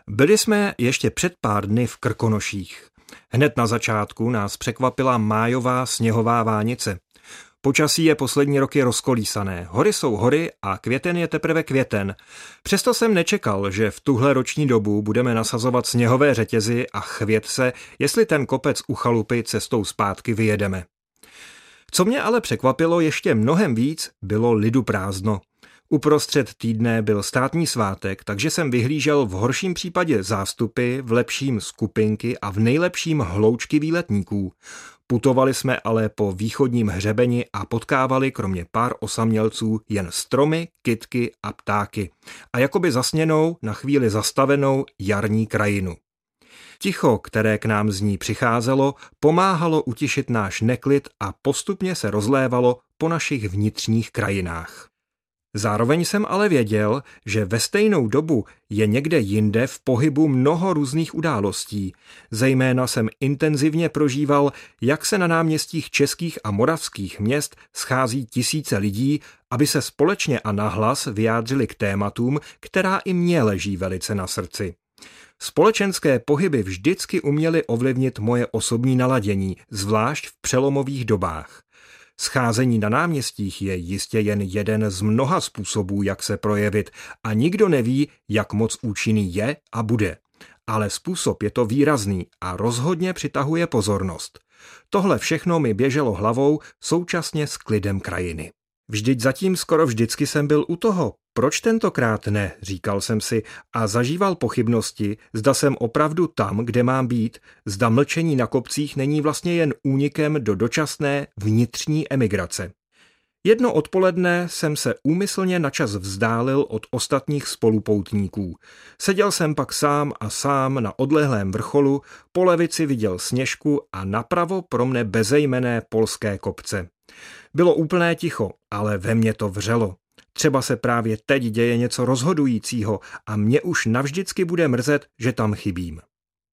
Byli jsme ještě před pár dny v Krkonoších. Hned na začátku nás překvapila májová sněhová vánice. Počasí je poslední roky rozkolísané, hory jsou hory a květen je teprve květen. Přesto jsem nečekal, že v tuhle roční dobu budeme nasazovat sněhové řetězy a chvět se, jestli ten kopec u chalupy cestou zpátky vyjedeme. Co mě ale překvapilo ještě mnohem víc, bylo lidu prázdno. Uprostřed týdne byl státní svátek, takže jsem vyhlížel v horším případě zástupy, v lepším skupinky a v nejlepším hloučky výletníků. Putovali jsme ale po východním hřebeni a potkávali kromě pár osamělců jen stromy, kytky a ptáky. A jakoby zasněnou, na chvíli zastavenou jarní krajinu. Ticho, které k nám z ní přicházelo, pomáhalo utišit náš neklid a postupně se rozlévalo po našich vnitřních krajinách. Zároveň jsem ale věděl, že ve stejnou dobu je někde jinde v pohybu mnoho různých událostí. Zejména jsem intenzivně prožíval, jak se na náměstích českých a moravských měst schází tisíce lidí, aby se společně a nahlas vyjádřili k tématům, která i mně leží velice na srdci. Společenské pohyby vždycky uměly ovlivnit moje osobní naladění, zvlášť v přelomových dobách. Scházení na náměstích je jistě jen jeden z mnoha způsobů, jak se projevit, a nikdo neví, jak moc účinný je a bude. Ale způsob je to výrazný a rozhodně přitahuje pozornost. Tohle všechno mi běželo hlavou současně s klidem krajiny. Vždyť zatím skoro vždycky jsem byl u toho. Proč tentokrát ne, říkal jsem si a zažíval pochybnosti, zda jsem opravdu tam, kde mám být, zda mlčení na kopcích není vlastně jen únikem do dočasné vnitřní emigrace. Jedno odpoledne jsem se úmyslně načas vzdálil od ostatních spolupoutníků. Seděl jsem pak sám a sám na odlehlém vrcholu, po levici viděl Sněžku a napravo pro mne bezejmenné polské kopce. Bylo úplné ticho, ale ve mně to vřelo. Třeba se právě teď děje něco rozhodujícího a mě už navždycky bude mrzet, že tam chybím.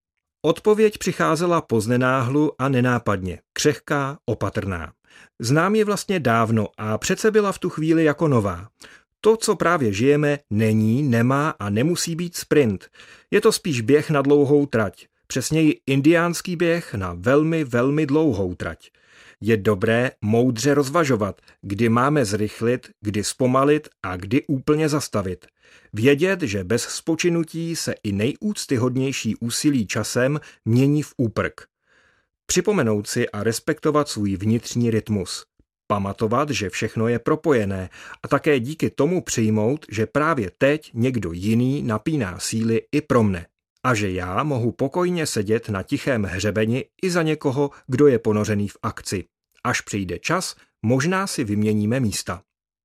Odpověď přicházela poznenáhlu a nenápadně, křehká, opatrná. Znám ji vlastně dávno a přece byla v tu chvíli jako nová. To, co právě žijeme, není, nemá a nemusí být sprint. Je to spíš běh na dlouhou trať. Přesněji indiánský běh na velmi, velmi dlouhou trať. Je dobré moudře rozvažovat, kdy máme zrychlit, kdy zpomalit a kdy úplně zastavit. Vědět, že bez spočinutí se i nejúctyhodnější úsilí časem mění v úprk. Připomenout si a respektovat svůj vnitřní rytmus. Pamatovat, že všechno je propojené a také díky tomu přijmout, že právě teď někdo jiný napíná síly i pro mne. A že já mohu pokojně sedět na tichém hřebeni i za někoho, kdo je ponořený v akci. Až přijde čas, možná si vyměníme místa.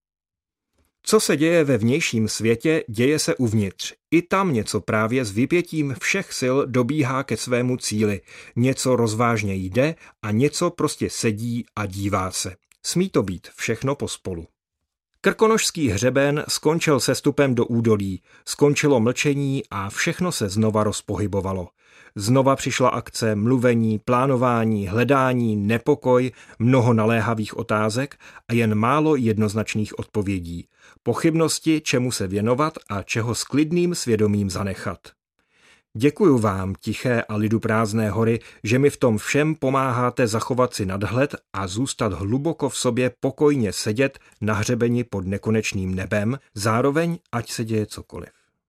Co se děje ve vnějším světě, děje se uvnitř. I tam něco právě s vypětím všech sil dobíhá ke svému cíli. Něco rozvážně jde a něco prostě sedí a dívá se. Smí to být všechno pospolu. Krkonošský hřeben skončil sestupem do údolí, skončilo mlčení a všechno se znova rozpohybovalo. Znova přišla akce, mluvení, plánování, hledání, nepokoj, mnoho naléhavých otázek a jen málo jednoznačných odpovědí. Pochybnosti, čemu se věnovat a čeho s klidným svědomím zanechat. Děkuju vám, tiché a liduprázdné hory, že mi v tom všem pomáháte zachovat si nadhled a zůstat hluboko v sobě pokojně sedět na hřebeni pod nekonečným nebem, zároveň ať se děje cokoliv.